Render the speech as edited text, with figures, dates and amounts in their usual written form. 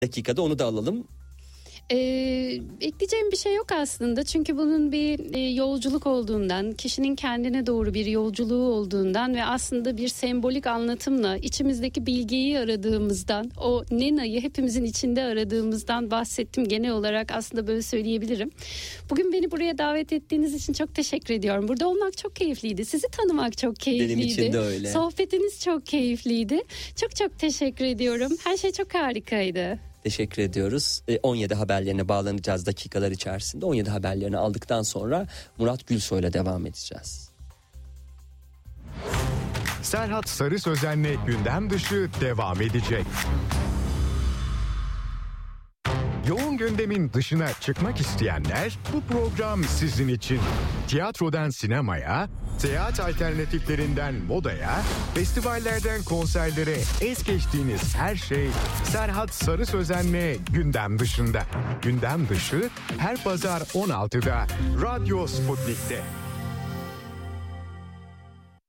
dakikada onu da alalım. Ekleyeceğim bir şey yok aslında, çünkü bunun bir yolculuk olduğundan, kişinin kendine doğru bir yolculuğu olduğundan ve aslında bir sembolik anlatımla içimizdeki bilgiyi aradığımızdan, o Nena'yı hepimizin içinde aradığımızdan bahsettim. Genel olarak aslında böyle söyleyebilirim. Bugün beni buraya davet ettiğiniz için çok teşekkür ediyorum. Burada olmak çok keyifliydi. Sizi tanımak çok keyifliydi. Benim için de öyle. Sohbetiniz çok keyifliydi. Çok çok teşekkür ediyorum. Her şey çok harikaydı. Teşekkür ediyoruz. 17 haberlerine bağlanacağız dakikalar içerisinde. 17 haberlerini aldıktan sonra Murat Gülsoy'la devam edeceğiz. Serhat Sarı Sözen'le gündem dışı devam edecek. Yoğun gündemin dışına çıkmak isteyenler, bu program sizin için. Tiyatrodan sinemaya, seyahat alternatiflerinden modaya, festivallerden konserlere es geçtiğiniz her şey Serhat Sarı Sözen'le gündem dışında. Gündem dışı her pazar 16'da Radyo Sputnik'te.